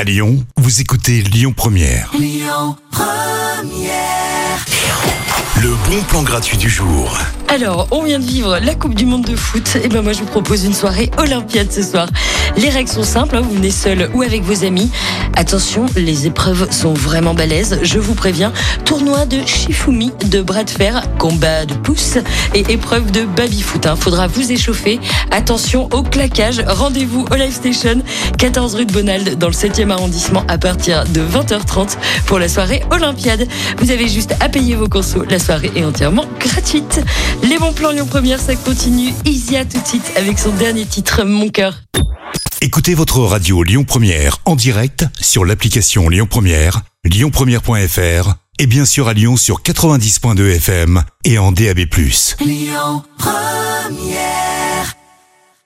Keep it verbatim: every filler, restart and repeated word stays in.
À Lyon, vous écoutez Lyon Première. Lyon Première. Le bon plan gratuit du jour. Alors, on vient de vivre la Coupe du Monde de foot. Et ben moi, je vous propose une soirée olympiade ce soir. Les règles sont simples, hein, vous venez seul ou avec vos amis. Attention, les épreuves sont vraiment balèzes. Je vous préviens, tournoi de Shifumi, de bras de fer, combat de pouces et épreuve de baby-foot. Hein. Faudra vous échauffer. Attention au claquage. Rendez-vous au Live Station, quatorze rue de Bonald, dans le septième arrondissement, à partir de vingt heures trente pour la soirée olympiade. Vous avez juste à payer vos consos. La soirée est entièrement gratuite. Les bons plans Lyon Première, ça continue. Isia tout de suite avec son dernier titre, Mon cœur. Écoutez votre radio Lyon Première en direct sur l'application Lyon Première, lyon première point f r et bien sûr à Lyon sur quatre-vingt-dix virgule deux F M et en D A B plus. Lyon Première.